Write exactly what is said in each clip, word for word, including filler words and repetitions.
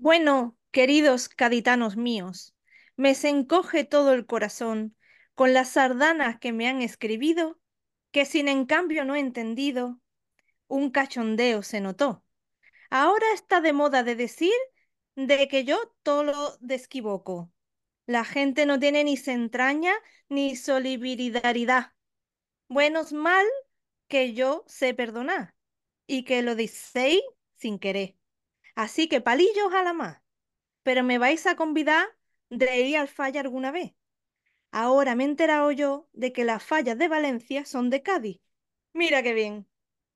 Bueno, queridos caditanos míos, me se encoge todo el corazón con las sardanas que me han escribido, que sin en cambio no he entendido, un cachondeo se notó. Ahora está de moda de decir de que yo todo lo desquivoco. La gente no tiene ni se entraña ni solidaridad. Buenos mal que yo sé perdonar y que lo diséis sin querer. Así que palillos a la más. Pero me vais a convidar de ir al Falla alguna vez. Ahora me he enterado yo de que las fallas de Valencia son de Cádiz. Mira qué bien.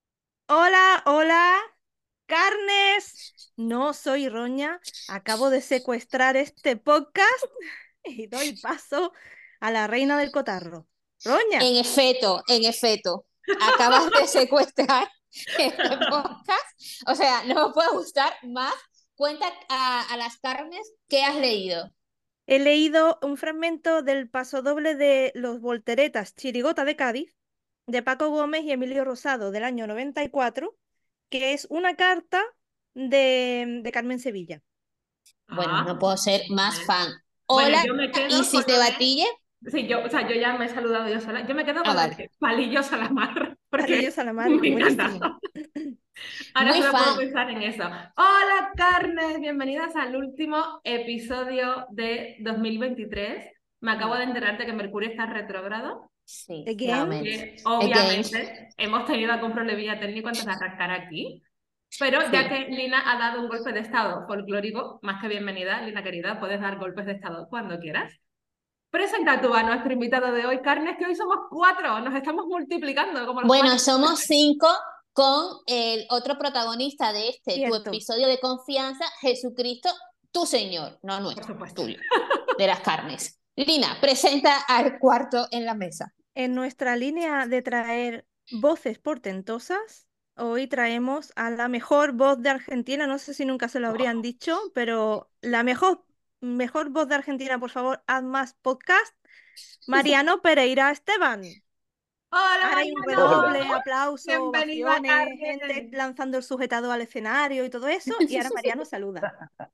Hola, hola, carnes. No soy Roña. Acabo de secuestrar este podcast y doy paso a la reina del cotarro. Roña. En efecto, en efecto, acabas de secuestrar este podcast. O sea, no me puede gustar más. Cuenta a, a las carnes qué has leído. He leído un fragmento del pasodoble de Los Volteretas, Chirigota de Cádiz, de Paco Gómez y Emilio Rosado, del año noventa y cuatro, que es una carta de, de Carmen Sevilla. Bueno, no Ah, puedo ser más bueno. fan. Bueno, Hola, yo me quedo con Isis de lo de... Batille. Sí, yo, o sea, yo ya me he saludado yo sola. Yo me quedo Ah, con lo vale. de palillos a la mar, Palillos porque a la mar, me encanta. buenísimo. Ahora Muy solo puedo fan. pensar en eso. Hola, carnes, bienvenidas al último episodio de dos mil veintitrés. Me acabo de enterar de que Mercurio está retrógrado, Sí, Again. nuevamente. que Again. obviamente hemos tenido algún problemilla técnico antes de arrancar aquí. Pero ya Sí. que Lina ha dado un golpe de estado folclórico, más que bienvenida, Lina querida, puedes dar golpes de estado cuando quieras. Presenta tú a nuestro invitado de hoy, Carnes, que hoy somos cuatro, nos estamos multiplicando como los Bueno, mayas. somos cinco con el otro protagonista de este, tu Cierto. episodio de confianza, Jesucristo, tu Señor, no Por nuestro, supuesto. tuyo, de las carnes. Lina, presenta al cuarto en la mesa. En nuestra línea de traer voces portentosas, hoy traemos a la mejor voz de Argentina. No sé si nunca se lo habrían dicho, pero la mejor, mejor voz de Argentina, por favor, haz más podcast. Mariano Pereira Esteban. Hola, Ahora hay un Mariano. Hola, redoble, aplausos, Bienvenida, ovaciones, gente Carnes. lanzando el sujetador al escenario y todo eso. Y ahora Mariano saluda.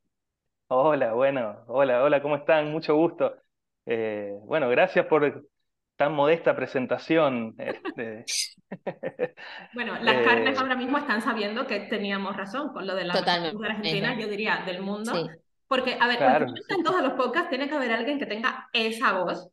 hola, bueno, hola, hola, ¿cómo están? Mucho gusto. Eh, bueno, gracias por tan modesta presentación. Este, Bueno, las carnes eh, ahora mismo están sabiendo que teníamos razón con lo de la mejor mujer argentina, Totalmente. yo diría, del mundo. Sí. Porque, a ver, claro, últimamente sí, en sí. todos los podcasts tiene que haber alguien que tenga esa voz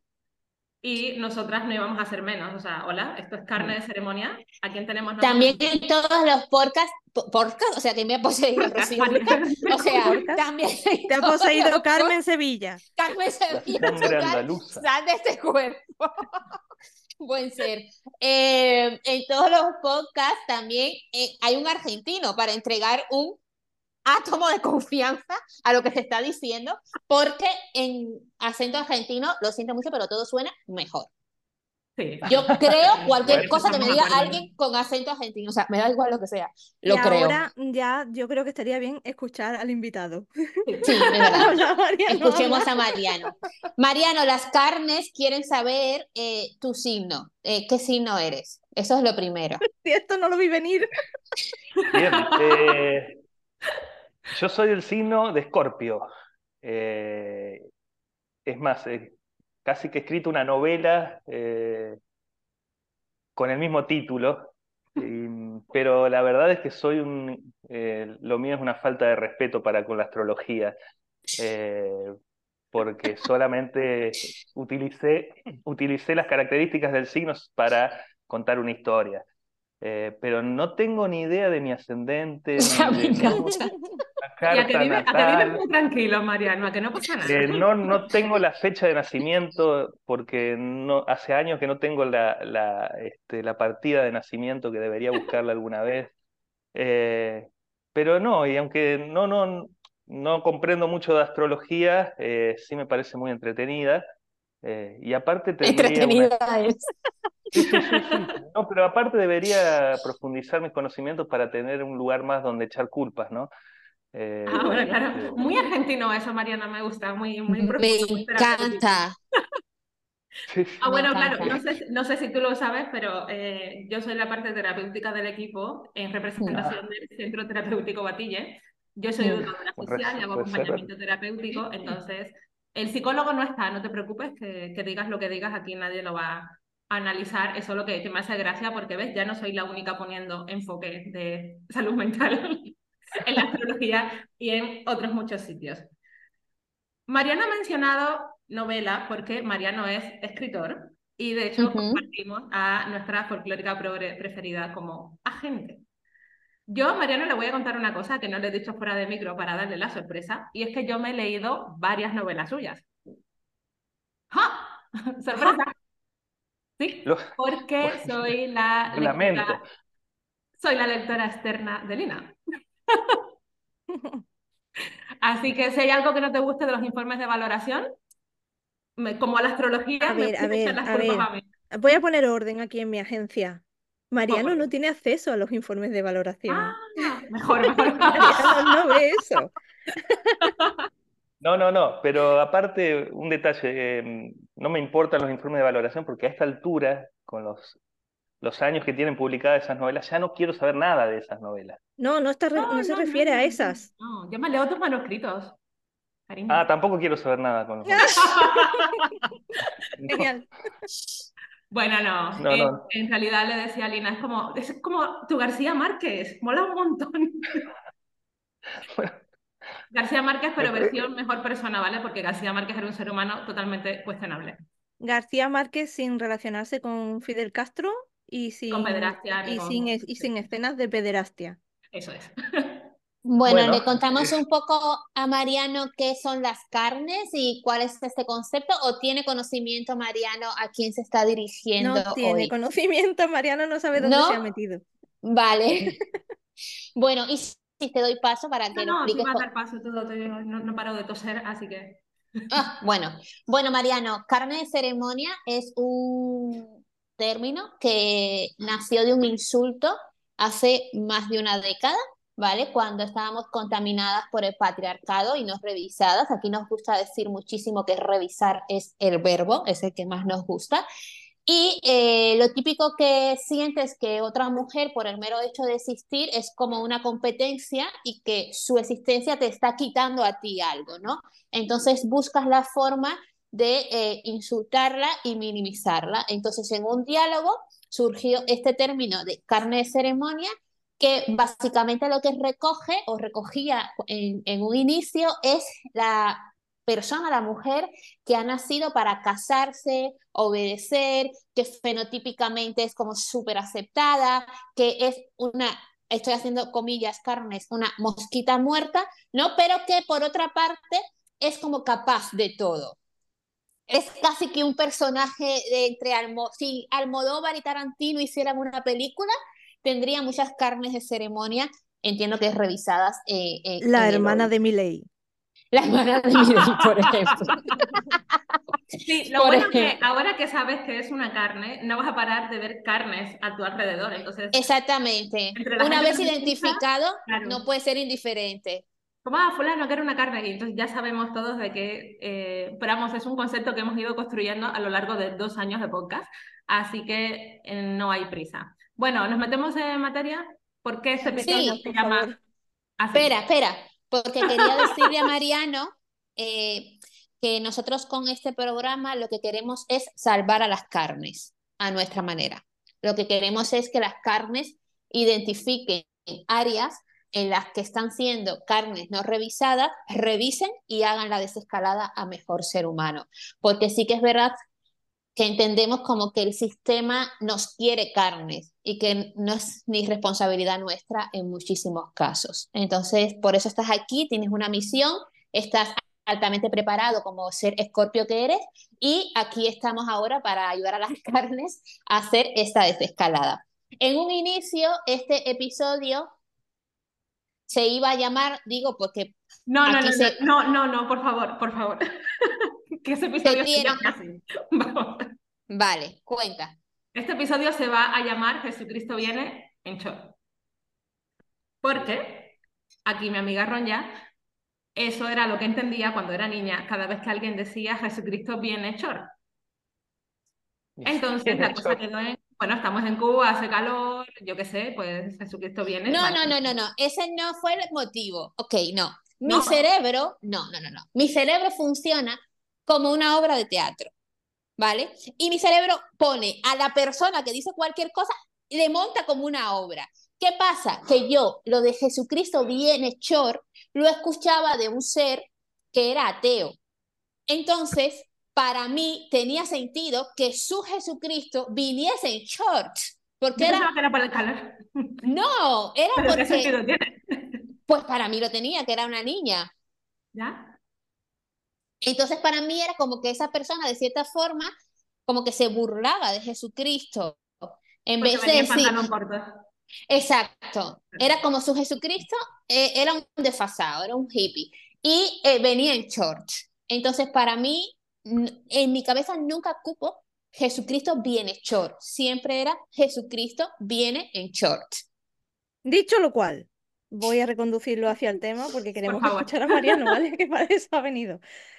y nosotras no íbamos a ser menos. O sea, hola, esto es carne de ceremonia. ¿A quién tenemos nosotros? También en todos los podcasts, po- podcast, o sea, que me ha poseído Podcast, Rocío María. Dúrcal, o sea, Podcast. también en Te ha todos poseído los Carmen podcasts, Sevilla. Carmen La Sevilla sangre Dúrcal, andaluza. sal de este cuerpo. Buen ser. Eh, en todos los podcasts también eh, hay un argentino para entregar un átomo de confianza a lo que se está diciendo, porque en acento argentino, lo siento mucho, pero todo suena mejor. Sí, Yo vale. creo En cualquier Bueno, eso cosa que estamos me de diga acuerdo. alguien con acento argentino, o sea, me da igual lo que sea, Y lo creo. ahora ya yo creo que estaría bien escuchar al invitado. Sí. Sí, es verdad. Habla, Mariano, Escuchemos habla. a Mariano. Mariano, las carnes quieren saber eh, tu signo. Eh, ¿qué signo eres? Eso es lo primero. Si esto no lo vi venir. bien. eh, yo soy del signo de Escorpio. Eh, es más, eh, casi que he escrito una novela eh, con el mismo título, y- pero la verdad es que soy un, eh, lo mío es una falta de respeto para con la astrología, eh, porque solamente utilicé, utilicé las características del signo para contar una historia. Eh, pero no tengo ni idea de mi ascendente, Ya ni me de mi encanta. Y a que carta vive, a que vives natal. muy tranquilo, Mariano, a que no pasa nada. Eh, no, no tengo la fecha de nacimiento porque no, hace años que no tengo la, la, este, la partida de nacimiento que debería buscarla alguna vez. Eh, pero no, y aunque no, no, no comprendo mucho de astrología, eh, sí me parece muy entretenida. Eh, y aparte tendría una... Entretenida es. Sí, sí, sí, sí. No, pero aparte debería profundizar mis conocimientos para tener un lugar más donde echar culpas, ¿no? Ah, Eh, bueno, claro. este, Muy argentino eso, Mariana, me gusta, muy, muy Me profundo, muy terapéutico. encanta. sí, Ah, Me bueno, claro, no encanta. sé, si- no sé si tú lo sabes, pero eh, yo soy la parte terapéutica del equipo en representación ah, del Centro Terapéutico Batille. Yo soy Mm. educadora Con social y razón, hago puede ser. acompañamiento terapéutico, entonces el psicólogo no está, no te preocupes que, que digas lo que digas, aquí nadie lo va a analizar, eso es lo que, que me hace gracia porque ves, ya no soy la única poniendo enfoque de salud mental en la astrología y en otros muchos sitios. Mariano ha mencionado novela porque Mariano es escritor y de hecho Ujú. compartimos a nuestra folclórica progre preferida como agente. Yo a Mariano le voy a contar una cosa que no le he dicho fuera de micro para darle la sorpresa, y es que yo me he leído varias novelas suyas. ¡Ja! ¡Sorpresa! Sí, Lo, porque soy la lo lamento. lectora, soy la lectora externa de Lina. Así que si hay algo que no te guste de los informes de valoración, me- como a la astrología, A me ver, a puedes echar ver, las a culpas a ver. mí. Voy a poner orden aquí en mi agencia. Pues, Mariano pues, no tiene acceso a los informes de valoración. ah, mejor, mejor. Mariano no ve eso. No, no, no, pero aparte, un detalle, eh, no me importan los informes de valoración porque a esta altura, con los, los años que tienen publicadas esas novelas, ya no quiero saber nada de esas novelas. No, no, está re- No, no se no, no, refiere no, a no, esas. no. Yo me leo tus manuscritos, cariño. Ah, tampoco quiero saber nada con los manuscritos. No, Genial. Bueno, no, no, en, no. en realidad le decía a Lina, es como, es como tu García Márquez, mola un montón. Bueno, García Márquez, me- pero versión mejor persona, ¿vale? Porque García Márquez era un ser humano totalmente cuestionable. García Márquez sin relacionarse con Fidel Castro y Con sin, pederastia ni y sin, con... es- y sin escenas de pederastia. Eso es. Bueno, bueno, le contamos es- un poco a Mariano qué son las carnes y cuál es este concepto, o tiene conocimiento Mariano a quién se está dirigiendo No tiene hoy. conocimiento, Mariano no sabe dónde se ha ¿No? metido. Vale. Bueno, y si te doy paso para No, que lo no, te expliques. iba a co- dar paso todo, te- no, no paro de toser, así que... Ah, bueno, bueno, Mariano, carne de ceremonia es un término que nació de un insulto hace más de una década, ¿vale? Cuando estábamos contaminadas por el patriarcado y no revisadas. Aquí nos gusta decir muchísimo que revisar es el verbo, es el que más nos gusta. Y eh, lo típico que sientes que otra mujer, por el mero hecho de existir, es como una competencia y que su existencia te está quitando a ti algo, ¿no? Entonces buscas la forma de eh, insultarla y minimizarla. Entonces en un diálogo surgió este término de carne de ceremonia, que básicamente lo que recoge o recogía en, en un inicio es la persona, la mujer, que ha nacido para casarse, obedecer, que fenotípicamente es como súper aceptada, que es una, estoy haciendo comillas, carnes, una mosquita muerta, ¿no? Pero que por otra parte es como capaz de todo. Es casi que un personaje de entre Almo si Almodóvar y Tarantino hicieran una película, tendría muchas carnes de ceremonia, entiendo que revisadas eh, eh, La en el hermana hoy. de Milei. La hermana de Mireille, por ejemplo. Sí, lo Por bueno que ejemplo. ahora que sabes que es una carne, no vas a parar de ver carnes a tu alrededor. Entonces, Exactamente. entre la Una gente que vez nos escucha, identificado, claro, no puede ser indiferente. como, ah, fulano, que era una carne. Y entonces ya sabemos todos de que, eh, pero vamos, es un concepto que hemos ido construyendo a lo largo de dos años de podcast, así que eh, no hay prisa. Bueno, ¿nos metemos en materia? ¿Por qué este episodio Venga, Sí, se por llama favor. así? espera, espera, porque quería decirle a Mariano eh, que nosotros con este programa lo que queremos es salvar a las carnes a nuestra manera. Lo que queremos es que las carnes identifiquen áreas en las que están siendo carnes no revisadas, revisen y hagan la desescalada a mejor ser humano. Porque sí que es verdad que entendemos como que el sistema nos quiere carnes y que no es ni responsabilidad nuestra en muchísimos casos. Entonces, por eso estás aquí, tienes una misión, estás altamente preparado como ser escorpio que eres, y aquí estamos ahora para ayudar a las carnes a hacer esta desescalada. En un inicio, este episodio se iba a llamar, digo, porque No, no, no, aquí no, se, no, no, no, por favor, por favor. Que ese se episodio se tiene, llame así. Vamos. vale, cuenta. Este episodio se va a llamar Jesucristo viene en short. Porque aquí mi amiga Ronja, eso era lo que entendía cuando era niña, cada vez que alguien decía Jesucristo viene short. Entonces Bien la cosa hecho. quedó en Bueno, estamos en Cuba, hace calor, yo qué sé, pues Jesucristo viene, No, vale. no, no, no, no. Ese no fue el motivo. Ok, no. Mi ¿No? cerebro, no, no, no, no. Mi cerebro funciona como una obra de teatro, ¿vale? Y mi cerebro pone a la persona que dice cualquier cosa y le monta como una obra. ¿Qué pasa? Que yo lo de Jesucristo viene short, lo escuchaba de un ser que era ateo. Entonces, para mí tenía sentido que su Jesucristo viniese en shorts, porque Yo era, pensaba que era por el calor. no, era ¿Pero qué porque, sentido tiene? pues para mí lo tenía, que era una niña. ¿Ya? Entonces, para mí era como que esa persona, de cierta forma, como que se burlaba de Jesucristo, en Porque vez de venía en decir, pantalón corto. exacto, era como su Jesucristo, eh, era un desfasado, era un hippie, y eh, venía en shorts. Entonces, para mí, en mi cabeza nunca cupo Jesucristo viene short, siempre era Jesucristo viene en short. Dicho lo cual, voy a reconducirlo hacia el tema porque Por queremos favor. escuchar a Mariano, ¿vale? Que para eso ha venido.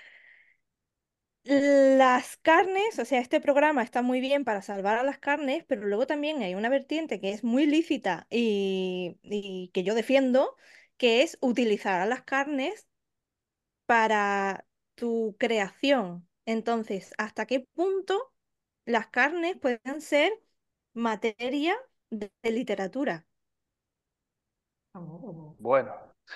Las carnes, o sea, este programa está muy bien para salvar a las carnes, pero luego también hay una vertiente que es muy lícita y, y que yo defiendo, que es utilizar a las carnes para tu creación. Entonces, ¿hasta qué punto las carnes pueden ser materia de, de literatura? Oh. Bueno,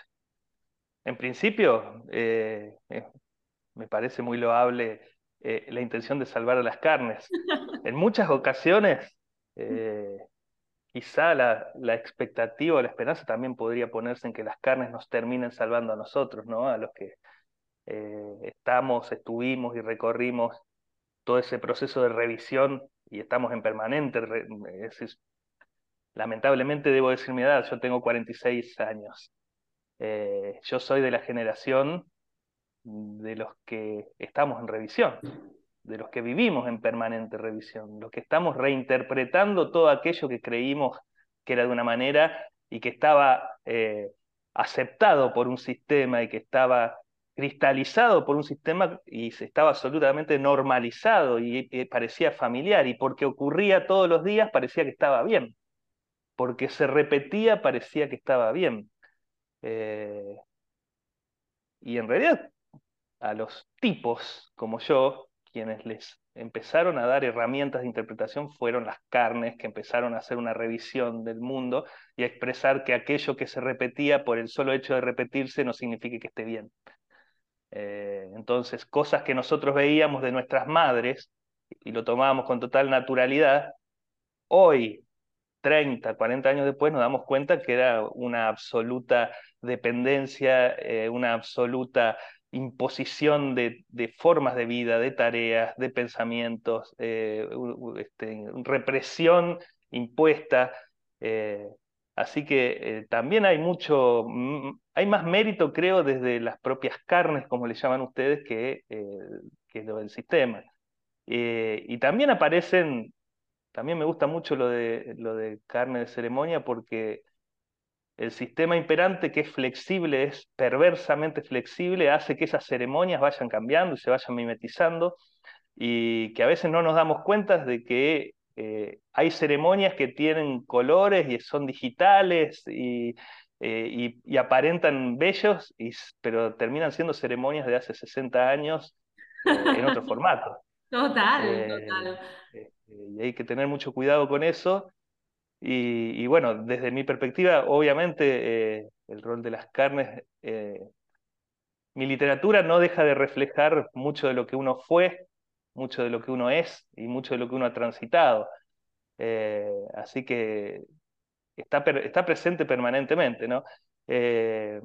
en principio, eh, eh, me parece muy loable eh, la intención de salvar a las carnes. En muchas ocasiones, eh, quizá la, la expectativa o la esperanza también podría ponerse en que las carnes nos terminen salvando a nosotros, ¿no? A los que eh, estamos, estuvimos y recorrimos todo ese proceso de revisión y estamos en permanente, re- es decir, lamentablemente debo decir mi edad, yo tengo cuarenta y seis años. Eh, yo soy de la generación de los que estamos en revisión, de los que vivimos en permanente revisión, los que estamos reinterpretando todo aquello que creímos que era de una manera y que estaba eh, aceptado por un sistema y que estaba cristalizado por un sistema y se estaba absolutamente normalizado y, y parecía familiar y porque ocurría todos los días parecía que estaba bien, porque se repetía parecía que estaba bien. Eh, y en realidad a los tipos como yo, quienes les empezaron a dar herramientas de interpretación fueron las carnes que empezaron a hacer una revisión del mundo y a expresar que aquello que se repetía por el solo hecho de repetirse no significa que esté bien. Eh, entonces, cosas que nosotros veíamos de nuestras madres y lo tomábamos con total naturalidad, hoy treinta, cuarenta años después nos damos cuenta que era una absoluta dependencia, eh, una absoluta imposición de, de, formas de vida, de tareas, de pensamientos, eh, este, represión impuesta. Eh, así que eh, también hay mucho, hay más mérito, creo, desde las propias carnes, como le llaman ustedes, que, eh, que lo del sistema. Eh, y también aparecen también me gusta mucho lo de, lo de carne de ceremonia porque el sistema imperante que es flexible, es perversamente flexible, hace que esas ceremonias vayan cambiando y se vayan mimetizando y que a veces no nos damos cuenta de que eh, hay ceremonias que tienen colores y son digitales y, eh, y, y aparentan bellos, y, pero terminan siendo ceremonias de hace sesenta años eh, en otro formato. Total, Eh, total. eh, y hay que tener mucho cuidado con eso. Y, y bueno, desde mi perspectiva, obviamente, eh, el rol de las carnes, eh, mi literatura no deja de reflejar mucho de lo que uno fue, mucho de lo que uno es y mucho de lo que uno ha transitado. Eh, así que está, per- está presente permanentemente, ¿no? Eh,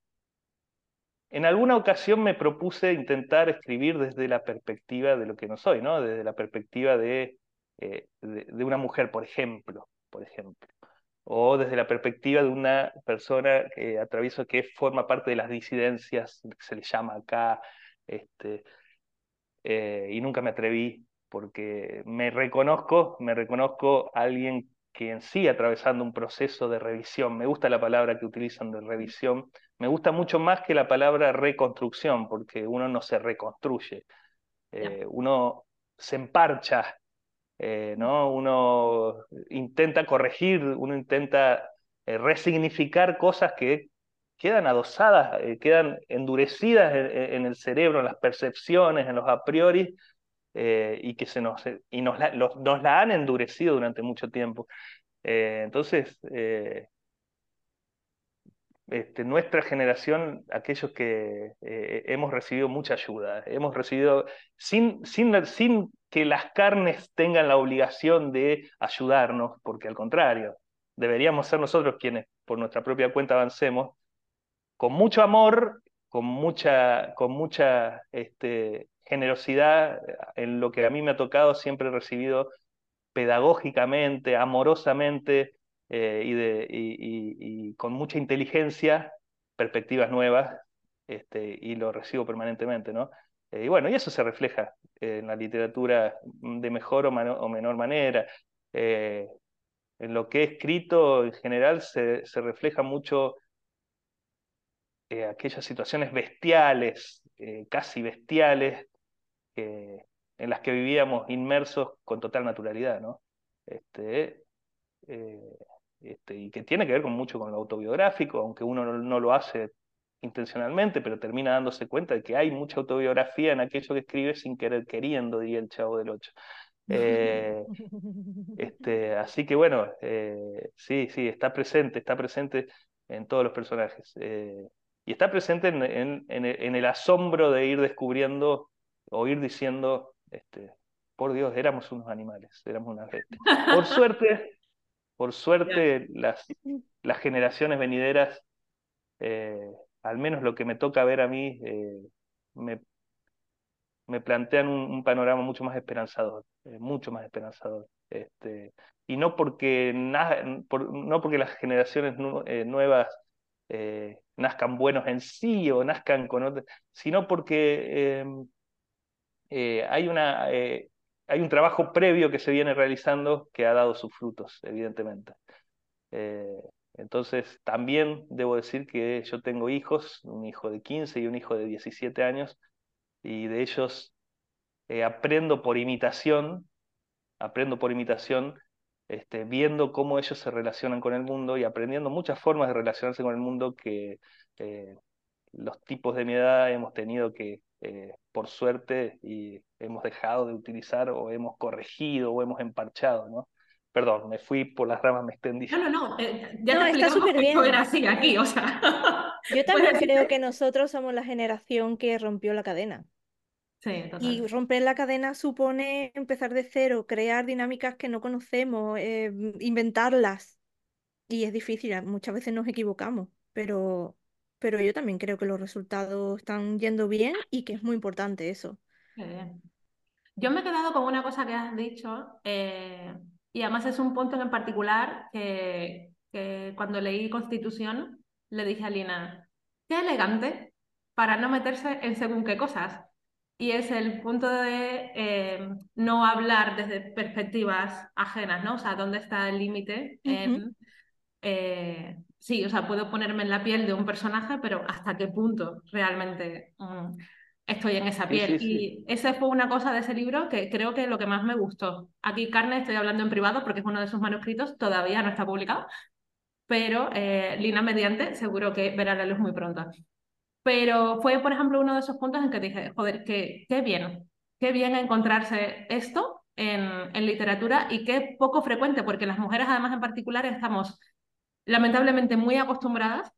en alguna ocasión me propuse intentar escribir desde la perspectiva de lo que no soy, ¿no? Desde la perspectiva de, eh, de, de una mujer, por ejemplo, por ejemplo. O desde la perspectiva de una persona que atravieso que forma parte de las disidencias, que se le llama acá, este, eh, y nunca me atreví, porque me reconozco, me reconozco a alguien que en sí atravesando un proceso de revisión, me gusta la palabra que utilizan de revisión, me gusta mucho más que la palabra reconstrucción, porque uno no se reconstruye, Ya. eh, uno se emparcha eh, ¿no? Uno intenta corregir, uno intenta eh, resignificar cosas que quedan adosadas, eh, quedan endurecidas en, en el cerebro, en las percepciones, en los a priori, eh, y que se nos, y nos, la, los, nos la han endurecido durante mucho tiempo. Eh, entonces, eh, este, nuestra generación, aquellos que eh, hemos recibido mucha ayuda, hemos recibido, sin, sin, sin que las carnes tengan la obligación de ayudarnos, porque al contrario, deberíamos ser nosotros quienes por nuestra propia cuenta avancemos, con mucho amor, con mucha, con mucha este, generosidad. En lo que a mí me ha tocado, siempre he recibido pedagógicamente, amorosamente, eh, y, de, y, y, y con mucha inteligencia, perspectivas nuevas, este, y lo recibo permanentemente, ¿no? Eh, y bueno, y eso se refleja en la literatura de mejor o, o menor manera. Eh, en lo que he escrito, en general, se, se refleja mucho eh, aquellas situaciones bestiales, eh, casi bestiales, que, en las que vivíamos inmersos con total naturalidad, ¿no? Este, eh, este, y que tiene que ver con mucho con lo autobiográfico, aunque uno no, no lo hace intencionalmente, pero termina dándose cuenta de que hay mucha autobiografía en aquello que escribe sin querer queriendo, diría el Chavo del Ocho. Eh, este, así que bueno, eh, sí, sí, está presente, está presente en todos los personajes. Eh, y está presente en, en, en el, en el asombro de ir descubriendo o ir diciendo, este, por Dios, éramos unos animales, éramos unas bestias. Por suerte, por Ya. suerte, las, las generaciones venideras, eh, al menos lo que me toca ver a mí, eh, me, me plantean un, un panorama mucho más esperanzador, eh, mucho más esperanzador. Este, y no porque, na- por- no porque las generaciones nu- eh, nuevas eh, nazcan buenos en sí o nazcan con otras, sino porque eh, eh, hay una, eh, hay un trabajo previo que se viene realizando que ha dado sus frutos, evidentemente. Eh, entonces, también debo decir que yo tengo hijos, un hijo de quince y un hijo de diecisiete años, y de ellos eh, aprendo por imitación, aprendo por imitación, este, viendo cómo ellos se relacionan con el mundo y aprendiendo muchas formas de relacionarse con el mundo que eh, los tipos de mi edad hemos tenido que, eh, por suerte, y hemos dejado de utilizar o hemos corregido o hemos emparchado, ¿no? Perdón, me fui por las ramas, me extendí. No, no, no, eh, ya No, te está explicamos súper que esto era bien. así aquí, o sea, Yo puedes también creo que decirte. nosotros somos la generación que rompió la cadena. Sí, Y total. romper la cadena supone empezar de cero, crear dinámicas que no conocemos, eh, inventarlas. Y es difícil, a- muchas veces nos equivocamos, pero, pero yo también creo que los resultados están yendo bien y que es muy importante eso. Qué bien. Yo me he quedado con una cosa que has dicho, eh, y además es un punto en particular que, que cuando leí Constitución le dije a Lina, qué elegante para no meterse en según qué cosas. Y es el punto de eh, no hablar desde perspectivas ajenas, ¿no? O sea, ¿dónde está el límite Ujú. en eh, sí, o sea, puedo ponerme en la piel de un personaje, pero ¿hasta qué punto realmente mm, estoy en esa Sí, piel? sí, sí. Y esa fue una cosa de ese libro que creo que lo que más me gustó. Aquí, Carne, estoy hablando en privado porque es uno de sus manuscritos, todavía no está publicado, pero eh, Lina Mediante seguro que verá la luz muy pronto. Pero fue, por ejemplo, uno de esos puntos en que dije, joder, qué, qué bien, qué bien encontrarse esto en, en literatura y qué poco frecuente, porque las mujeres además en particular estamos lamentablemente muy acostumbradas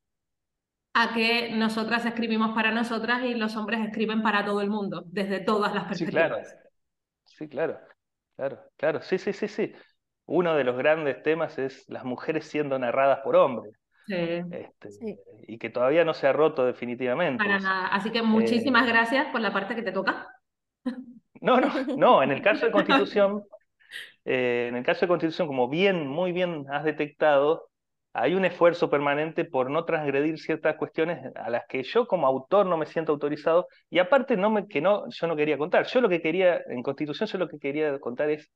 a que nosotras escribimos para nosotras y los hombres escriben para todo el mundo, desde todas las Sí, claro, perspectivas. sí, claro, claro, claro, sí, sí, sí, sí. Uno de los grandes temas es las mujeres siendo narradas por hombres, Sí, este, Sí. y que todavía no se ha roto definitivamente para eso. nada. Así que Eh, muchísimas gracias por la parte que te toca. no, no, no, en el caso de Constitución, eh, en el caso de Constitución, como bien, muy bien has detectado, hay un esfuerzo permanente por no transgredir ciertas cuestiones a las que yo como autor no me siento autorizado, y aparte no me, que no, yo no quería contar. Yo lo que quería, en Constitución, yo lo que quería contar es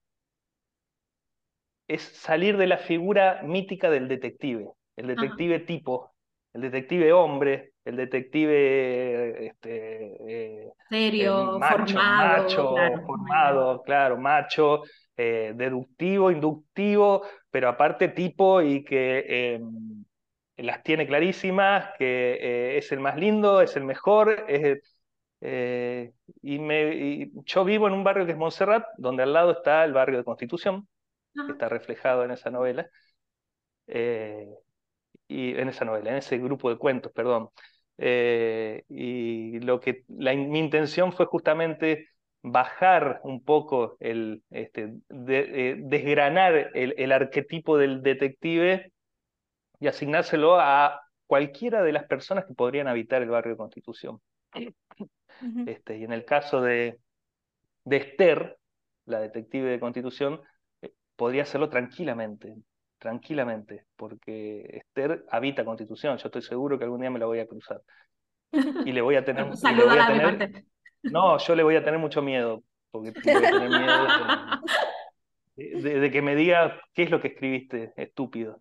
es salir de la figura mítica del detective, el Ajá. detective tipo, el detective hombre, el detective este, eh, eh, Serio, macho, formado, macho, claro. Muy bien. formado, claro, macho, eh, deductivo, inductivo, pero aparte tipo y que eh, las tiene clarísimas, que eh, es el más lindo, es el mejor, es el- eh, y, me, y yo vivo en un barrio que es Montserrat, donde al lado está el barrio de Constitución, que Ajá. está reflejado en esa novela, eh, y en esa novela, en ese grupo de cuentos, perdón. Eh, y lo que la, mi intención fue justamente bajar un poco el, este, de- eh, desgranar el, el arquetipo del detective y asignárselo a cualquiera de las personas que podrían habitar el barrio de Constitución. Ujú. Este, y en el caso de, de Esther, la detective de Constitución, eh, podría hacerlo tranquilamente, tranquilamente, porque Esther habita Constitución. Yo estoy seguro que algún día me la voy a cruzar. Y le voy a tener, y le voy Salúdala a de mi tener, parte. no, yo le voy a tener mucho miedo, porque voy a tener miedo de, de- de que me diga qué es lo que escribiste, estúpido.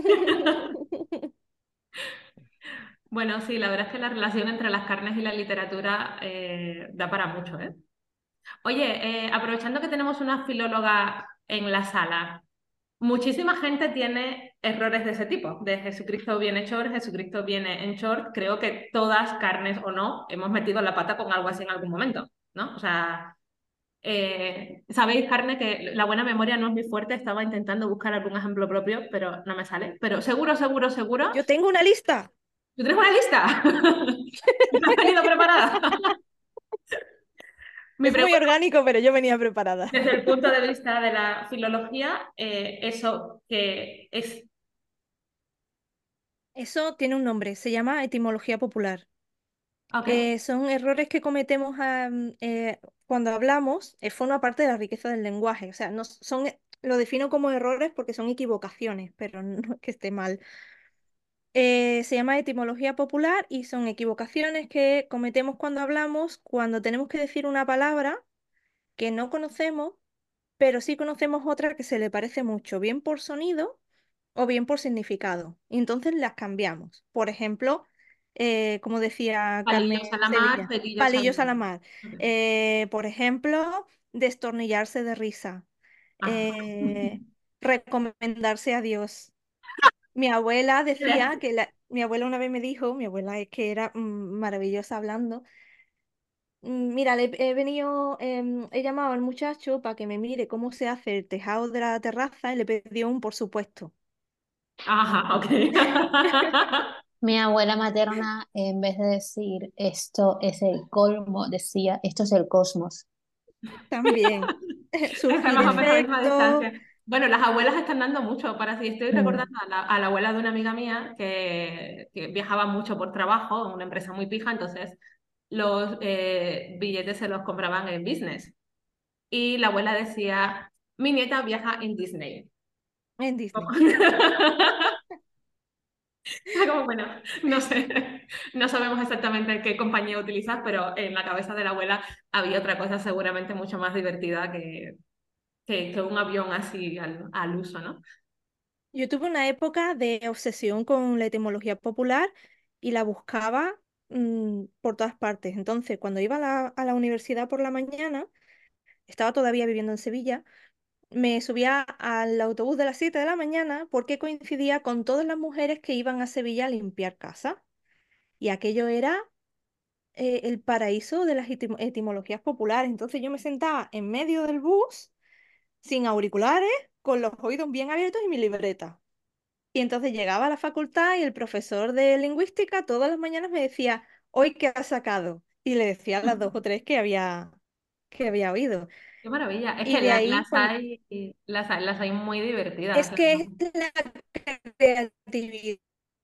Bueno, sí, la verdad es que la relación entre las carnes y la literatura eh, da para mucho, ¿eh? Oye, eh, aprovechando que tenemos una filóloga en la sala, muchísima gente tiene errores de ese tipo, de Jesucristo viene short, Jesucristo viene en short. Creo que todas, carnes o no, hemos metido la pata con algo así en algún momento, ¿no? O sea, eh, sabéis, carne, que la buena memoria no es muy fuerte. Estaba intentando buscar algún ejemplo propio, pero no me sale. Pero seguro, seguro, seguro. Yo tengo una lista. ¿Tú tienes una lista? ¿La has tenido preparada? Mi Es muy pregunta, orgánico, pero yo venía preparada. desde el punto de vista de la filología, eh, eso que es... Eso tiene un nombre, se llama etimología popular. Ok, Eh, son errores que cometemos am, eh, cuando hablamos, eh, forma parte de la riqueza del lenguaje. O sea, no s- son, eh, lo defino como errores porque son equivocaciones, pero no es que esté mal. Eh, se llama etimología popular y son equivocaciones que cometemos cuando hablamos, cuando tenemos que decir una palabra que no conocemos, pero sí conocemos otra que se le parece mucho, bien por sonido o bien por significado. Y entonces las cambiamos. Por ejemplo, eh, como decía Carmen palillos a la mar, Sevilla, pelillos al palillos a la viento. mar. Ok. Eh, por ejemplo, destornillarse de risa. Ah. Eh, recomendarse a Dios. Mi abuela decía que la- mi abuela una vez me dijo, mi abuela es que era mm, maravillosa hablando. "Mm, Mira, le he venido, em, he llamado al muchacho para que me mire cómo se hace el tejado de la terraza y le pidió un por supuesto. Ajá, ok. Mi abuela materna, en vez de decir esto es el colmo, decía esto es el cosmos. También. Está Surgir más o menos a la misma efectos. distancia. Bueno, las abuelas están dando mucho para sí. Estoy Mm. recordando a la, a la abuela de una amiga mía que, que viajaba mucho por trabajo en una empresa muy pija, entonces los eh, billetes se los compraban en business. Y la abuela decía, mi nieta viaja en Disney. En Disney. Como, bueno, no sé, no sabemos exactamente qué compañía utilizas, pero en la cabeza de la abuela había otra cosa seguramente mucho más divertida que, que, que un avión así al, al uso, ¿no? Yo tuve una época de obsesión con la etimología popular y la buscaba mm, por todas partes. Entonces, cuando iba a la, a la universidad por la mañana, estaba todavía viviendo en Sevilla, me subía al autobús de las siete de la mañana porque coincidía con todas las mujeres que iban a Sevilla a limpiar casa. Y aquello era eh, el paraíso de las etim- etimologías populares. Entonces yo me sentaba en medio del bus, sin auriculares, con los oídos bien abiertos y mi libreta. Y entonces llegaba a la facultad y el profesor de lingüística todas las mañanas me decía, ¿hoy qué has sacado? Y le decía a las dos o tres que había, que había oído. Qué maravilla. Es Y que de la- ahí, las pues, hay, las hay, las hay muy divertidas. es que es la creatividad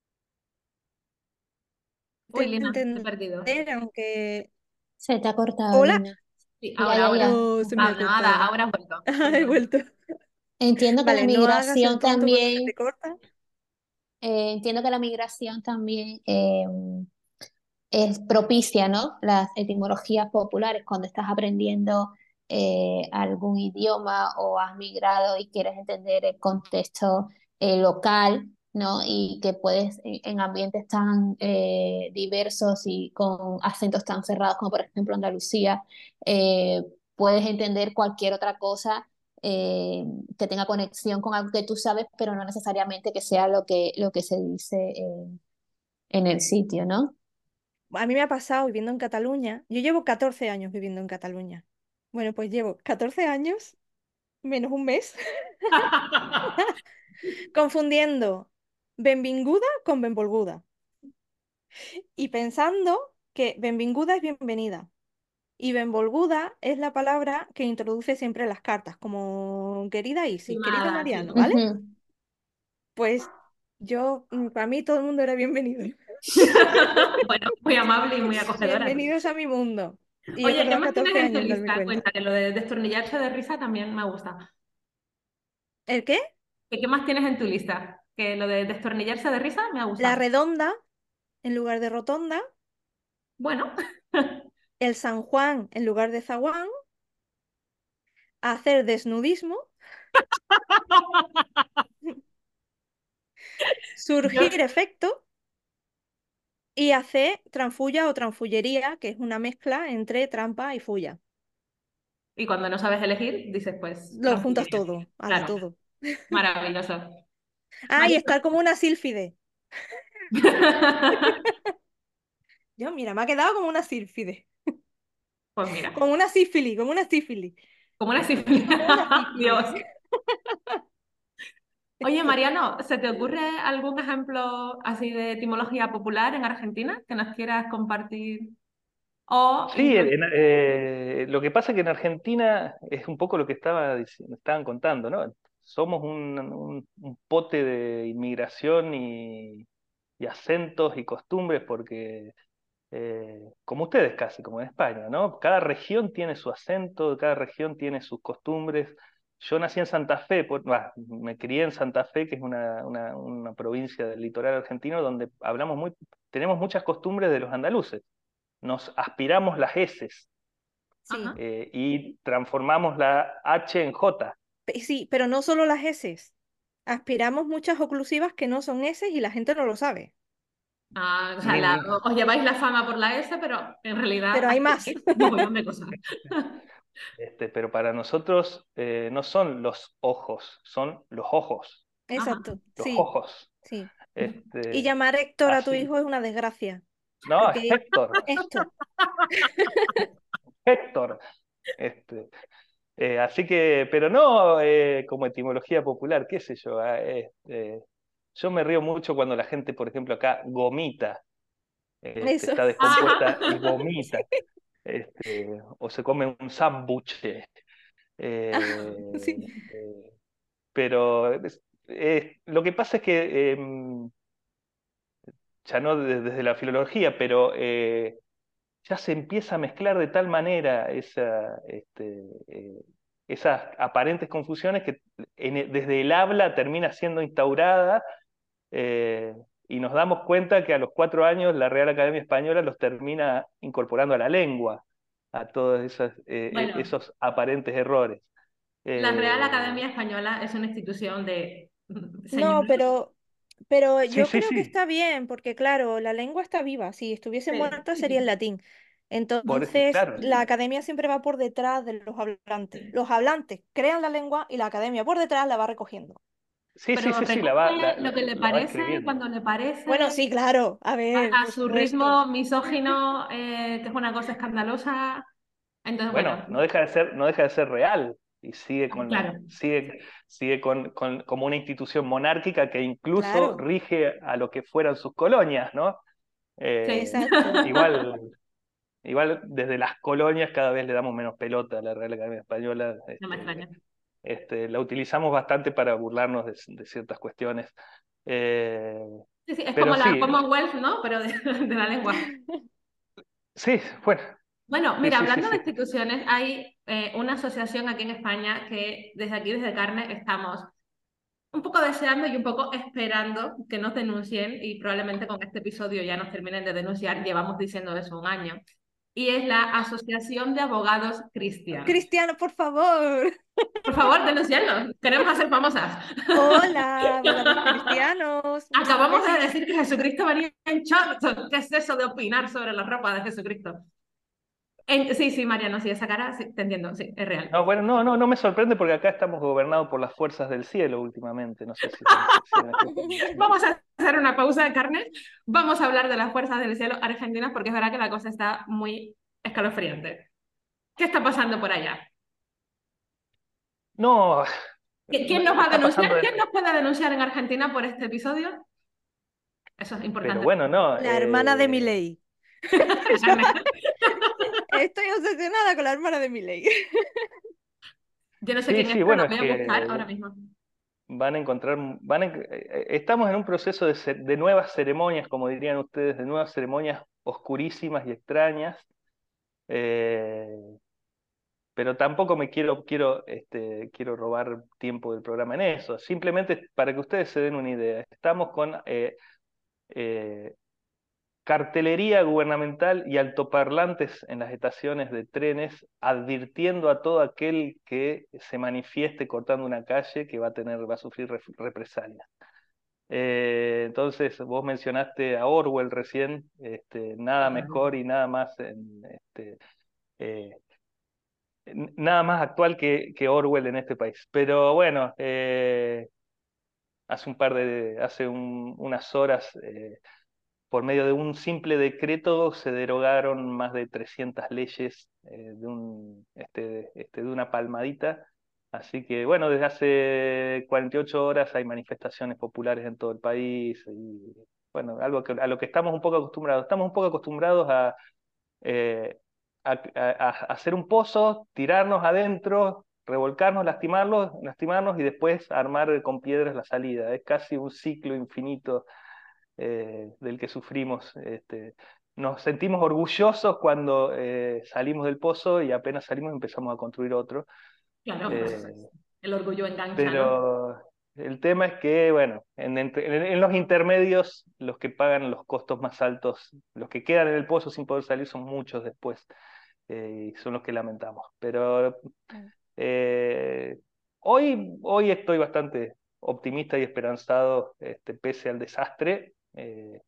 Uy, de Lina, te he perdido. entender, aunque... Se te ha cortado, Hola. Lina. Sí, Ya, ahora, ya, ahora. ya. Oh, se me Ah, ha nada, cortado. ahora has vuelto. He vuelto. Entiendo que la Vale, no hagas el migración tonto cuando se te también, corta. eh, entiendo que la migración también eh, es propicia, ¿no? Las etimologías populares cuando estás aprendiendo eh, algún idioma o has migrado y quieres entender el contexto eh, local, ¿no? Y que puedes en, en ambientes tan eh, diversos y con acentos tan cerrados como por ejemplo Andalucía, eh, puedes entender cualquier otra cosa eh, que tenga conexión con algo que tú sabes, pero no necesariamente que sea lo que, lo que se dice eh, en el sitio, ¿no? A mí me ha pasado viviendo en Cataluña. Yo llevo catorce años viviendo en Cataluña. Bueno, pues llevo catorce años menos un mes confundiendo benvinguda con benvolguda y pensando que benvinguda es bienvenida y benvolguda es la palabra que introduce siempre las cartas, como querida Isis, querido Estimada, sí. Mariano, ¿vale? Ujú. Pues yo, mm, para mí todo el mundo era bienvenido. Bueno, muy amable y muy acogedora. Bienvenidos a mi mundo. Y he Oye, ¿qué tardado más tienes catorce en tu años en darme lista? cuenta. Cuenta que lo de destornillarse de risa también me gusta. ¿El qué? ¿Qué qué más tienes en tu lista? Que lo de destornillarse de risa me La gusta. redonda en lugar de rotonda, Bueno, el San Juan en lugar de zaguán, hacer desnudismo, yo, surgir efecto y hacer tranfulla o tranfullería, que es una mezcla entre trampa y fulla. y cuando no sabes elegir, dices pues Lo juntas tranquilidad. todo, ala, Claro, todo. maravilloso. Ah, y María, estar como una sílfide. Yo, mira, me ha quedado como una sílfide. pues mira, Como una sífilis, como una sífilis. como una sífilis. Como una sífilis. Dios. Oye, Mariano, ¿se te ocurre algún ejemplo así de etimología popular en Argentina que nos quieras compartir? O Sí, incluso... en- eh, lo que pasa es que en Argentina es un poco lo que estaba, dici- me estaban contando, ¿no? Somos un, un- un pote de inmigración y, y acentos y costumbres porque, eh, como ustedes casi, como en España, ¿no? Cada región tiene su acento, cada región tiene sus costumbres. Yo nací en Santa Fe, por- bah, me crié en Santa Fe, que es una, una, una provincia del litoral argentino donde hablamos muy, tenemos muchas costumbres de los andaluces. Nos aspiramos las eses Sí, Ajá. eh, y transformamos la H en J. pe- sí, pero no solo las eses. Aspiramos muchas oclusivas que no son eses y la gente no lo sabe. Ah, o sea, Ni- la- ni- os lleváis la fama por la S, pero en realidad Pero hay más. hacéis un montón de cosas. este, pero para nosotros eh, no son los ojos, son los ojos, Ajá. Exacto, los sí, ojos. sí. Y Este, llamar Héctor a tu así. hijo es una desgracia, No, es porque Héctor, Héctor, Héctor. Este, eh, así que, pero no eh, como etimología popular, qué sé yo. ah, este, yo me río mucho cuando la gente, por ejemplo, acá gomita, este, eso, está sí, descompuesta y sí. vomita. Este, o se come un sándwich. eh, Sí. eh, pero es- es- lo que pasa es que, em, ya no de- desde la filología, pero eh, ya se empieza a mezclar de tal manera esa, este, eh, esas aparentes confusiones que en e- desde el habla termina siendo instaurada eh, y nos damos cuenta que a los cuatro años la Real Academia Española los termina incorporando a la lengua, a todos esos, eh, eh, Bueno, esos aparentes errores. la Real Eh, Academia Española es una institución de No, señores. pero, pero sí, yo sí, creo que sí. está bien, porque claro, la lengua está viva. Si estuviese Sí, muerta sí, sería el sí. latín. Por eso, Entonces, claro. la academia siempre va por detrás de los hablantes. Sí. Los hablantes crean la lengua y la academia por detrás la va recogiendo. Sí, sí, Pero sí, sí, la va, la, recoge lo la- que le la va parece, escribiendo. cuando le Bueno, parece, sí, claro. A ver, a, a por su supuesto. ritmo misógino, eh, que es una cosa escandalosa. Entonces, Bueno, bueno, no deja de ser, no deja de ser real y sigue con la, claro. sigue, sigue con, con- como una institución monárquica que incluso Claro, rige a lo que fueran sus colonias, ¿no? Eh, Sí. exacto. igual, igual desde las colonias cada vez le damos menos pelota a la Real Academia Española. No me Este, extraña. este, la utilizamos bastante para burlarnos de, de ciertas cuestiones. Eh, Sí, sí, es pero como la sí, Commonwealth, ¿no? Pero de, de la lengua. sí, bueno, Bueno, sí, mira, sí, sí, hablando de sí. instituciones, hay eh, una asociación aquí en España que desde aquí, desde Carne, estamos un poco deseando y un poco esperando que nos denuncien y probablemente con este episodio ya nos terminen de denunciar. Llevamos diciendo eso un año. Y es la Asociación de Abogados Cristianos. Cristiano, por favor. Por favor, denunciarnos. Queremos hacer famosas. Hola, abogados cristianos. Un Acabamos de besito. decir que Jesucristo venía en shorts. ¿Qué es eso de opinar sobre la ropa de Jesucristo? En- sí, sí, Mariano, sí, esa cara, sí, te entiendo, sí, es real. No, bueno, no, no, no me sorprende porque acá estamos gobernados por las fuerzas del cielo últimamente. No sé si, si- si han escuchado. Vamos a hacer una pausa, Carnes. Vamos a hablar de las fuerzas del cielo argentinas porque es verdad que la cosa está muy escalofriante. ¿Qué está pasando por allá? No, ¿Qui- ¿Quién nos va a está denunciar? pasando de... ¿Quién nos puede denunciar en Argentina por este episodio? Eso es Pero importante. bueno, no. La hermana de eh, Milei. Carnes. Estoy obsesionada con la hermana de Milei. Yo no sé Sí, quién es, sí, pero bueno, la es voy a buscar ahora que mismo. van a encontrar, van a en- eh, estamos en un proceso de, ce- de nuevas ceremonias, como dirían ustedes, de nuevas ceremonias oscurísimas y extrañas. eh, pero tampoco me quiero, quiero, este, quiero robar tiempo del programa en eso. Simplemente para que ustedes se den una idea. Estamos con eh, eh, cartelería gubernamental y altoparlantes en las estaciones de trenes advirtiendo a todo aquel que se manifieste cortando una calle que va a tener, va a sufrir ref- represalias. Eh, entonces, vos mencionaste a Orwell recién, este, nada Totalmente. mejor y nada más, en, este, eh, n- nada más actual que, que Orwell en este país. Pero bueno, eh, hace un par de, hace un- unas horas, eh, por medio de un simple decreto, se derogaron más de trescientas leyes eh, de un, este, este, de una palmadita. Así que bueno, desde hace cuarenta y ocho horas hay manifestaciones populares en todo el país y bueno, algo que, a lo que estamos un poco acostumbrados. Estamos un poco acostumbrados a, eh, a, a- a hacer un pozo, tirarnos adentro, revolcarnos, lastimarlos, lastimarnos y después armar con piedras la salida. Es casi un ciclo infinito eh, del que sufrimos. Este, nos sentimos orgullosos cuando eh, salimos del pozo y apenas salimos empezamos a construir otro. Claro, Eh, el orgullo engancha, ¿no? pero el tema es que, bueno, en, entre- en- en los intermedios, los que pagan los costos más altos, los que quedan en el pozo sin poder salir son muchos después, eh, y son los que lamentamos. Pero Mm. eh, hoy, hoy estoy bastante optimista y esperanzado, este, pese al desastre. eh,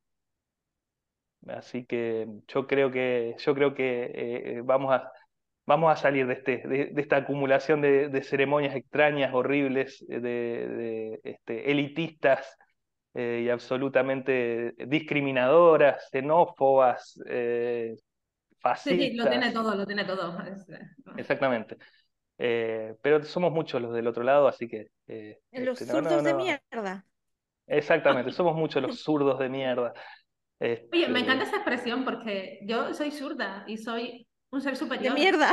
Así que yo creo que, yo creo que eh, eh, vamos a, vamos a salir de, este, de, de esta acumulación de, de ceremonias extrañas, horribles, eh, de, de, este, elitistas eh, y absolutamente discriminadoras, xenófobas, eh, Sí, sí, lo tiene fascistas, todo, lo tiene todo. Es, eh, exactamente. Eh, pero somos muchos los del otro lado, así que eh, Los este, no, no, zurdos de no. mierda. Exactamente, somos muchos los zurdos de mierda. Oye, me encanta Este, esa expresión porque yo soy zurda y soy un ser De superior. mierda.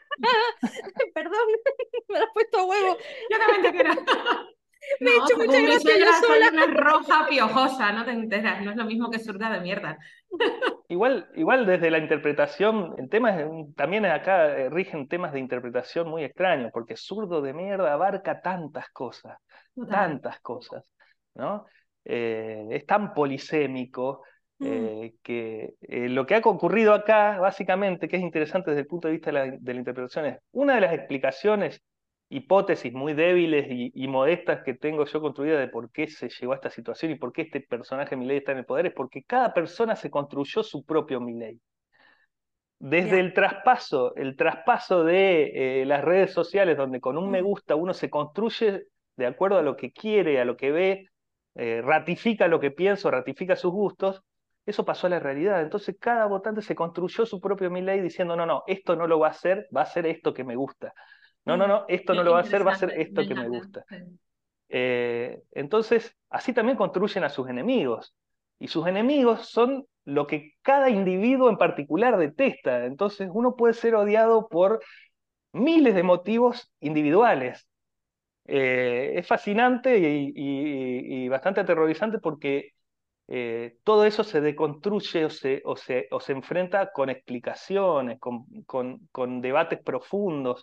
Perdón, me lo has puesto a huevo. Yo también te quiero. Me he No, hecho mucha según mi gracia yo suegra, soy sola. una roja piojosa, no te enteras, no es lo mismo que zurda de mierda. Igual, igual desde la interpretación, el tema es, un- también acá eh, rigen temas de interpretación muy extraños, porque zurdo de mierda abarca tantas cosas, Total. tantas cosas, ¿no? Eh, es tan polisémico Mm, eh, que eh, lo que ha ocurrido acá, básicamente, que es interesante desde el punto de vista de la, de la interpretación, es una de las explicaciones, hipótesis muy débiles y, y modestas que tengo yo construidas de por qué se llegó a esta situación y por qué este personaje Milei está en el poder, es porque cada persona se construyó su propio Milei. Desde ya. el traspaso, el traspaso de eh, las redes sociales, donde con un me Mm, gusta uno se construye de acuerdo a lo que quiere, a lo que ve, eh, ratifica lo que piensa, ratifica sus gustos, eso pasó a la realidad. Entonces cada votante se construyó su propio Milei diciendo, no, no, esto no lo va a hacer, va a hacer esto que me gusta. No, no, mm, no, esto no Qué lo va a hacer, va a hacer interesante, me esto que me encanta. gusta. Sí. Eh, entonces, así también construyen a sus enemigos. Y sus enemigos son lo que cada individuo en particular detesta. Entonces, uno puede ser odiado por miles de motivos individuales. Eh, es fascinante y, y- y bastante aterrorizante porque eh, todo eso se deconstruye o se, o se, o se enfrenta con explicaciones, con, con, con debates profundos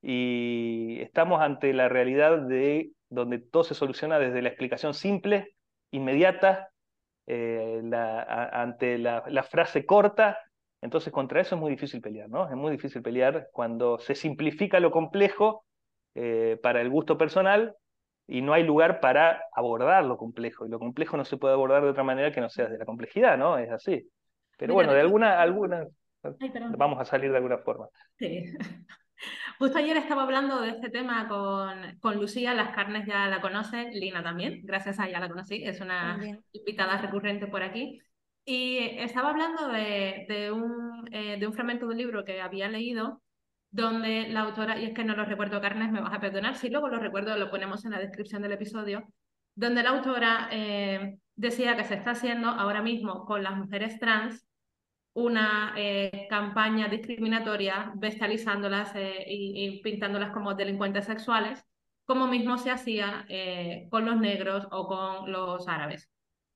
y estamos ante la realidad de donde todo se soluciona desde la explicación simple, inmediata, eh, la, a- ante la, la frase corta. Entonces contra eso es muy difícil pelear, ¿no? Es muy difícil pelear cuando se simplifica lo complejo eh, para el gusto personal y no hay lugar para abordar lo complejo. Y lo complejo no se puede abordar de otra manera que no sea desde la complejidad, ¿no? Es así. Pero Mira, bueno, de de hecho, alguna, alguna, Ay, perdón. vamos a salir de alguna forma. Sí. Justo ayer estaba hablando de este tema con, con Lucía, las carnes ya la conoce, Lina también, gracias a ella la conocí, es una También. invitada recurrente por aquí. Y estaba hablando de, de un, eh, de un fragmento de un libro que había leído, donde la autora, y es que no lo recuerdo, Carnes, me vas a perdonar, si luego lo recuerdo lo ponemos en la descripción del episodio, donde la autora eh, decía que se está haciendo ahora mismo con las mujeres trans una eh, campaña discriminatoria, bestializándolas eh, y, y pintándolas como delincuentes sexuales, como mismo se hacía eh, con los negros o con los árabes.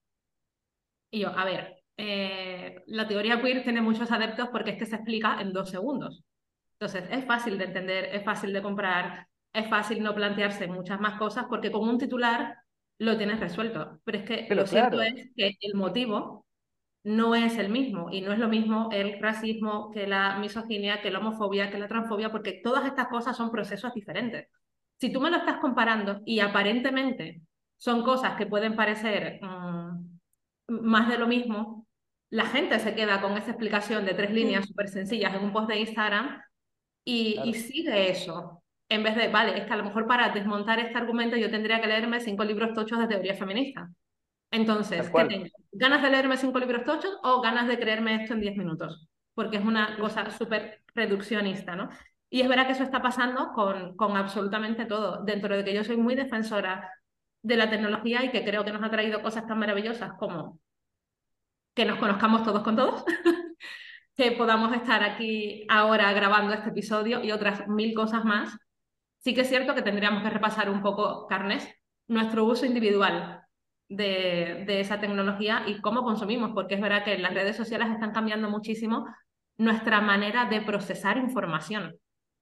Y yo, a ver, eh, la teoría queer tiene muchos adeptos porque es que se explica en dos segundos. Entonces, es fácil de entender, es fácil de comprar, es fácil no plantearse muchas más cosas porque con un titular lo tienes resuelto. Pero es que lo Pero cierto claro, es que el motivo no es el mismo y no es lo mismo el racismo que la misoginia, que la homofobia, que la transfobia, porque todas estas cosas son procesos diferentes. Si tú me lo estás comparando y aparentemente son cosas que pueden parecer mmm, más de lo mismo, la gente se queda con esa explicación de tres líneas Mm, súper sencillas en un post de Instagram y, y claro, sigue eso. En vez de, vale, es que a lo mejor para desmontar este argumento yo tendría que leerme cinco libros tochos de teoría feminista. tal Entonces, ¿qué cual. tengo? ¿Ganas de leerme cinco libros tochos o ganas de creerme esto en diez minutos? Porque es una Sí, sí. cosa súper reduccionista, ¿no? Y es verdad que eso está pasando con, con absolutamente todo. Dentro de que yo soy muy defensora de la tecnología y que creo que nos ha traído cosas tan maravillosas como que nos conozcamos todos con todos, que podamos estar aquí ahora grabando este episodio y otras mil cosas más. Sí que es cierto que tendríamos que repasar un poco, Carnes, nuestro uso individual de, de esa tecnología y cómo consumimos, porque es verdad que las redes sociales están cambiando muchísimo nuestra manera de procesar información.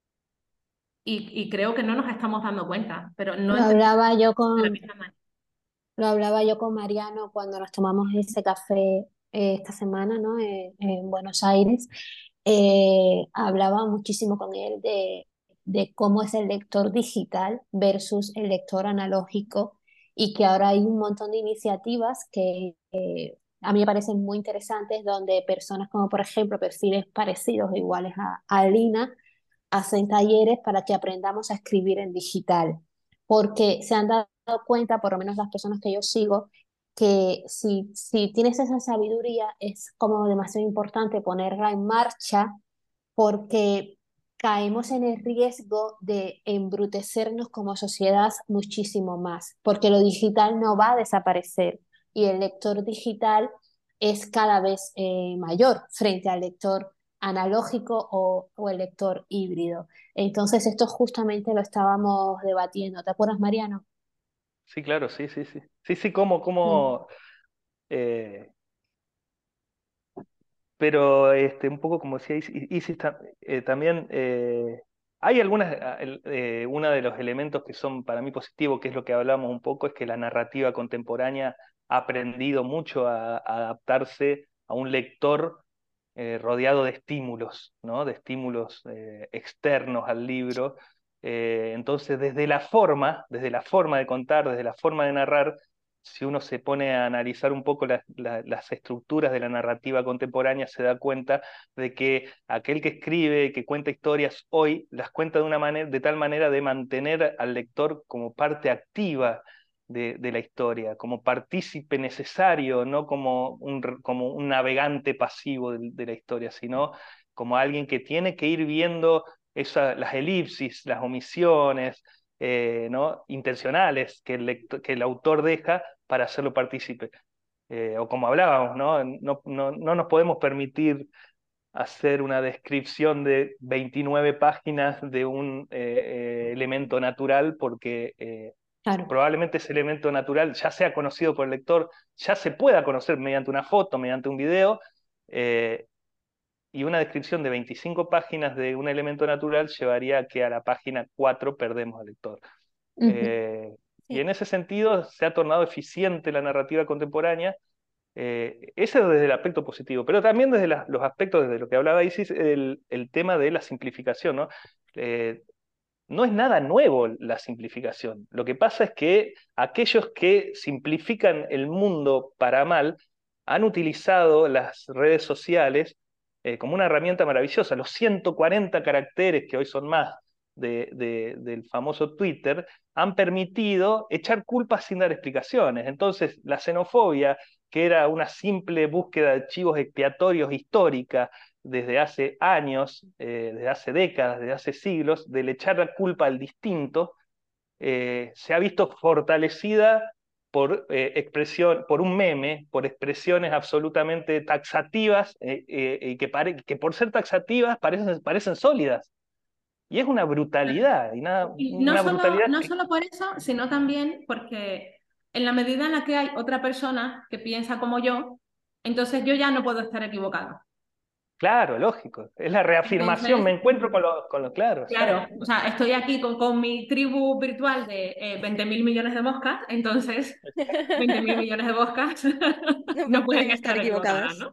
Y, y creo que no nos estamos dando cuenta, pero no Lo entendemos hablaba yo de la con, misma manera. lo hablaba yo con Mariano cuando nos tomamos ese café eh, esta semana, ¿no? Eh, en Buenos Aires. Eh, hablaba muchísimo con él de, de cómo es el lector digital versus el lector analógico y que ahora hay un montón de iniciativas que eh, a mí me parecen muy interesantes donde personas como por ejemplo perfiles parecidos o iguales a, a Lina hacen talleres para que aprendamos a escribir en digital, porque se han dado cuenta, por lo menos las personas que yo sigo, que si, si tienes esa sabiduría es como demasiado importante ponerla en marcha porque caemos en el riesgo de embrutecernos como sociedad muchísimo más, porque lo digital no va a desaparecer y el lector digital es cada vez eh, mayor frente al lector analógico o, o el lector híbrido. Entonces, esto justamente lo estábamos debatiendo. ¿Te acuerdas, Mariano? Sí, claro, sí, sí, sí. Sí, sí, como, Mm. como, eh, pero este, un poco como decía Isis, Isis ta- eh, también eh, hay algunas, ah, el- eh, uno de los elementos que son para mí positivos, que es lo que hablamos un poco, es que la narrativa contemporánea ha aprendido mucho a, a adaptarse a un lector eh, rodeado de estímulos, ¿no? De estímulos eh, externos al libro. Eh, entonces, desde la forma, desde la forma de contar, desde la forma de narrar, si uno se pone a analizar un poco la- la- las estructuras de la narrativa contemporánea, se da cuenta de que aquel que escribe, que cuenta historias hoy, las cuenta de una manera, de tal manera de mantener al lector como parte activa de, de la historia, como partícipe necesario, no como un, como un navegante pasivo de, de la historia, sino como alguien que tiene que ir viendo esa, las elipsis, las omisiones, eh, ¿no? intencionales que el, lector, que el autor deja para hacerlo partícipe. Eh, o como hablábamos, ¿no? No, no, no nos podemos permitir hacer una descripción de veintinueve páginas de un eh, eh, elemento natural porque eh, Claro. probablemente ese elemento natural ya sea conocido por el lector, ya se pueda conocer mediante una foto, mediante un video, eh, y una descripción de veinticinco páginas de un elemento natural llevaría a que a la página cuatro perdemos al lector. Ujú. Eh, y sí. en ese sentido se ha tornado eficiente la narrativa contemporánea, eh, ese desde el aspecto positivo, pero también desde la- los aspectos, desde lo que hablaba Isis, el, el tema de la simplificación, ¿no? Eh, no es nada nuevo la simplificación. Lo que pasa es que aquellos que simplifican el mundo para mal han utilizado las redes sociales eh, como una herramienta maravillosa. Los ciento cuarenta caracteres, que hoy son más, de, de, del famoso Twitter, han permitido echar culpas sin dar explicaciones. Entonces, la xenofobia, que era una simple búsqueda de chivos expiatorios histórica desde hace años, eh, desde hace décadas, desde hace siglos, del echar la culpa al distinto, eh, se ha visto fortalecida por, eh, expresión, por un meme, por expresiones absolutamente taxativas, eh, eh, y que, pare, que por ser taxativas parecen, parecen sólidas. Y es una brutalidad, y nada, Y no una solo, brutalidad no que, solo por eso, sino también porque en la medida en la que hay otra persona que piensa como yo, entonces yo ya no puedo estar equivocado. claro, lógico, es la reafirmación, Entonces, me encuentro con lo, con lo claro, claro, exacto. o sea, estoy aquí con, con mi tribu virtual de eh, veinte mil millones de moscas, entonces veinte mil millones de moscas No no pueden pueden estar estar equivocadas, equivocadas. ¿no?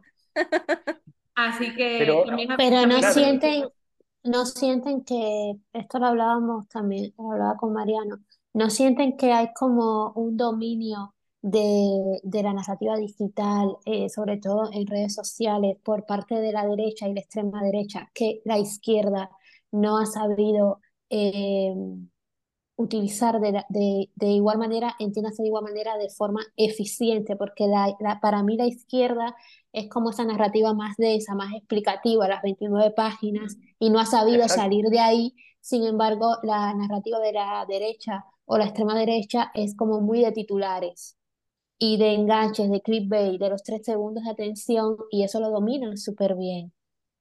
Así que Pero, también, Pero no también claro, sienten, no sienten que, esto lo hablábamos también, lo hablaba con Mariano, no sienten que hay como un dominio de, de la narrativa digital, eh, sobre todo en redes sociales, por parte de la derecha y la extrema derecha, que la izquierda no ha sabido eh, utilizar de, la- de, de igual manera, entiéndase de igual manera, de forma eficiente, porque la, la- para mí la izquierda es como esa narrativa más densa, más explicativa, las veintinueve páginas, y no ha sabido exacto. salir de ahí. Sin embargo, la narrativa de la derecha o la extrema derecha es como muy de titulares y de enganches, de clickbait, de los tres segundos de atención, y eso lo dominan súper bien.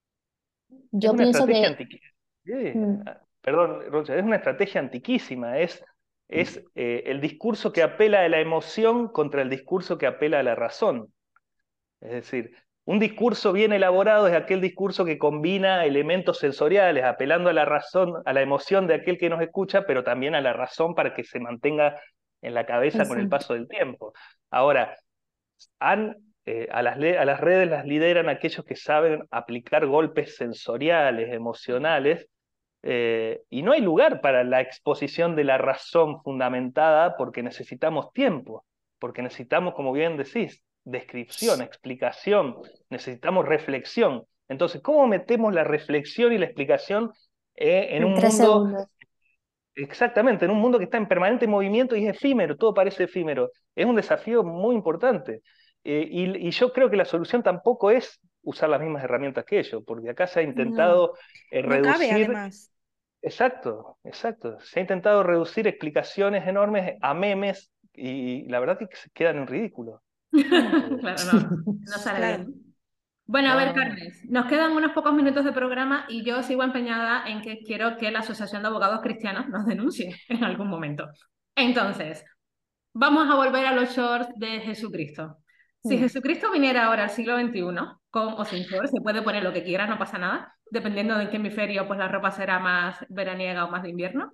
Es Yo una pienso estrategia que... anti... eh, mm, perdón, Rocha, es una estrategia antiquísima, es, es eh, el discurso que apela a la emoción contra el discurso que apela a la razón. Es decir, un discurso bien elaborado es aquel discurso que combina elementos sensoriales, apelando a la razón, a la emoción de aquel que nos escucha, pero también a la razón para que se mantenga en la cabeza con el exacto. paso del tiempo. Ahora, han, eh, a, las a las redes las lideran aquellos que saben aplicar golpes sensoriales, emocionales, eh, y no hay lugar para la exposición de la razón fundamentada porque necesitamos tiempo, porque necesitamos, como bien decís, descripción, explicación, necesitamos reflexión. Entonces, ¿cómo metemos la reflexión y la explicación eh, en En un tres mundo, segundos. exactamente, en un mundo que está en permanente movimiento y es efímero, todo parece efímero? Es un desafío muy importante. Eh, y, y yo creo que la solución tampoco es usar las mismas herramientas que ellos, porque acá se ha No, intentado eh, no cabe reducir. además. Exacto, exacto. Se ha intentado reducir explicaciones enormes a memes y la verdad es que se quedan en ridículo. Eh, claro, no, no sale Claro. bien. Bueno, a no, ver, no, no. Carmen, nos quedan unos pocos minutos de programa y yo sigo empeñada en que quiero que la Asociación de Abogados Cristianos nos denuncie en algún momento. Entonces, vamos a volver a los shorts de Jesucristo. Si Mm. Jesucristo viniera ahora al siglo veintiuno, con o sin shorts, se puede poner lo que quiera, no pasa nada, dependiendo de en qué hemisferio, pues la ropa será más veraniega o más de invierno.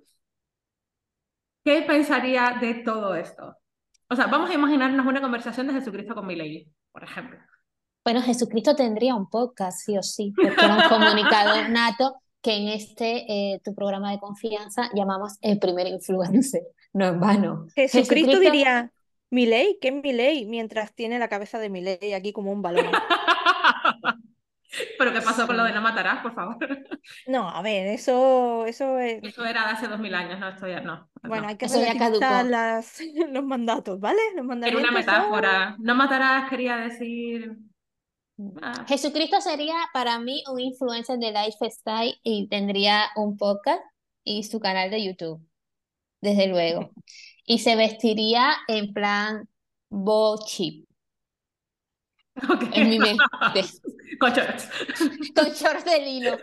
¿Qué pensaría de todo esto? O sea, vamos a imaginarnos una conversación de Jesucristo con Milei, por ejemplo. Bueno, Jesucristo tendría un podcast, sí o sí, porque era un comunicador nato que en este, eh, tu programa de confianza, llamamos el primer influencer. No en vano. Jesucristo Jesucristo, diría, Milei, ¿qué Milei? Mientras tiene la cabeza de Milei aquí como un balón. Pero ¿qué pasó con lo de Sí. no matarás, por favor? No, a ver, eso, eso es... Eso era de hace dos mil años, no, esto ya no, Bueno, hay no. que eso ya relativizar caducó. las, los mandatos, ¿vale? Los Era una mandamientos son... metáfora. No matarás quería decir... ah, Jesucristo sería para mí un influencer de lifestyle y tendría un podcast y su canal de YouTube, desde luego. Y se vestiría en plan bo chip, ok. en mi mente, Con shorts. con shorts de lino.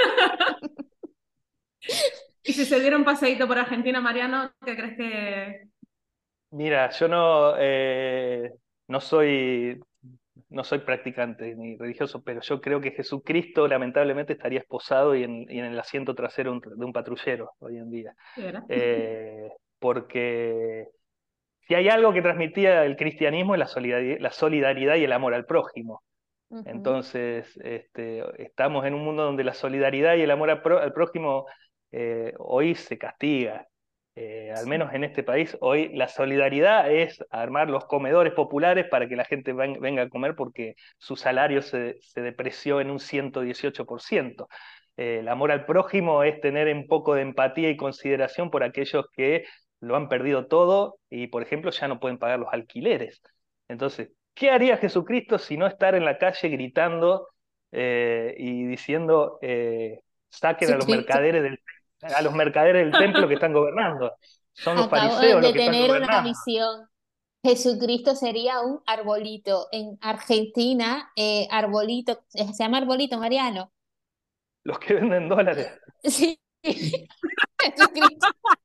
Y si se diera un paseíto por Argentina, Mariano, ¿qué crees que...? Mira, yo no, eh, no soy, no soy practicante ni religioso, pero yo creo que Jesucristo lamentablemente estaría esposado y en, y en el asiento trasero un- de un patrullero hoy en día. ¿Qué era? Eh, porque si hay algo que transmitía el cristianismo es la solidaridad, la solidaridad y el amor al prójimo. Ujú. Entonces, este, estamos en un mundo donde la solidaridad y el amor al, pró- al prójimo eh, hoy se castiga. Eh, al menos en este país, hoy la solidaridad es armar los comedores populares para que la gente ven- venga a comer porque su salario se, se depreció en un ciento dieciocho por ciento. Eh, el amor al prójimo es tener un poco de empatía y consideración por aquellos que lo han perdido todo y, por ejemplo, ya no pueden pagar los alquileres. Entonces, ¿qué haría Jesucristo si no estar en la calle gritando eh, y diciendo, eh, saquen a los Jesucristo. mercaderes del a los mercaderes del templo que están gobernando? Son los Acabo fariseos los de que están tener una gobernando. visión. Jesucristo sería un arbolito. En Argentina, eh, arbolito, eh, se llama arbolito, Mariano. Los que venden dólares. Sí, Jesucristo.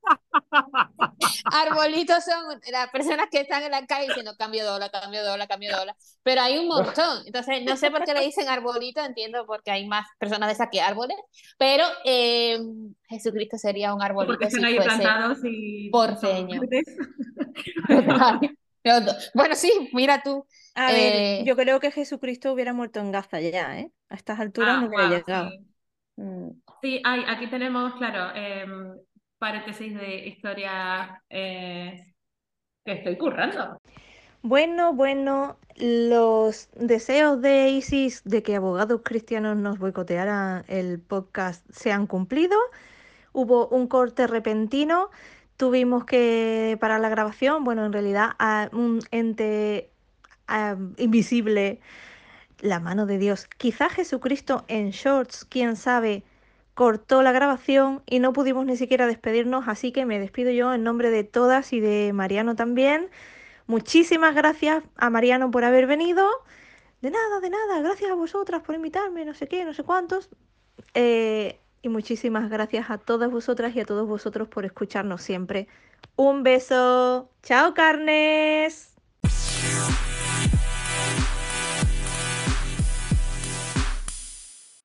Arbolitos son las personas que están en la calle diciendo cambio dólar, cambio dólar, cambio dólar. Pero hay un montón. Entonces, no sé por qué le dicen arbolito, entiendo porque hay más personas de esas que árboles. Pero eh, Jesucristo sería un O porque arbolito están si ahí fuese plantados y son porteño. verdes. Total. Bueno, sí, mira tú. A ver, Eh, yo creo que Jesucristo hubiera muerto en Gaza ya, ¿eh? A estas alturas no Ah, hubiera wow, llegado. sí. Mm. Sí, hay, aquí tenemos, claro, em, paréntesis de historia eh, que estoy currando. Bueno, bueno, los deseos de Isis de que abogados cristianos nos boicotearan el podcast se han cumplido. Hubo un corte repentino, tuvimos que parar la grabación. Bueno, en realidad, a un ente ah, invisible, la mano de Dios. Quizá Jesucristo en shorts, quién sabe, cortó la grabación y no pudimos ni siquiera despedirnos, así que me despido yo en nombre de todas y de Mariano también. Muchísimas gracias a Mariano por haber venido. De nada, de nada, gracias a vosotras por invitarme, no sé qué, no sé cuántos. Eh, y muchísimas gracias a todas vosotras y a todos vosotros por escucharnos siempre. Un beso. Chao, carnes.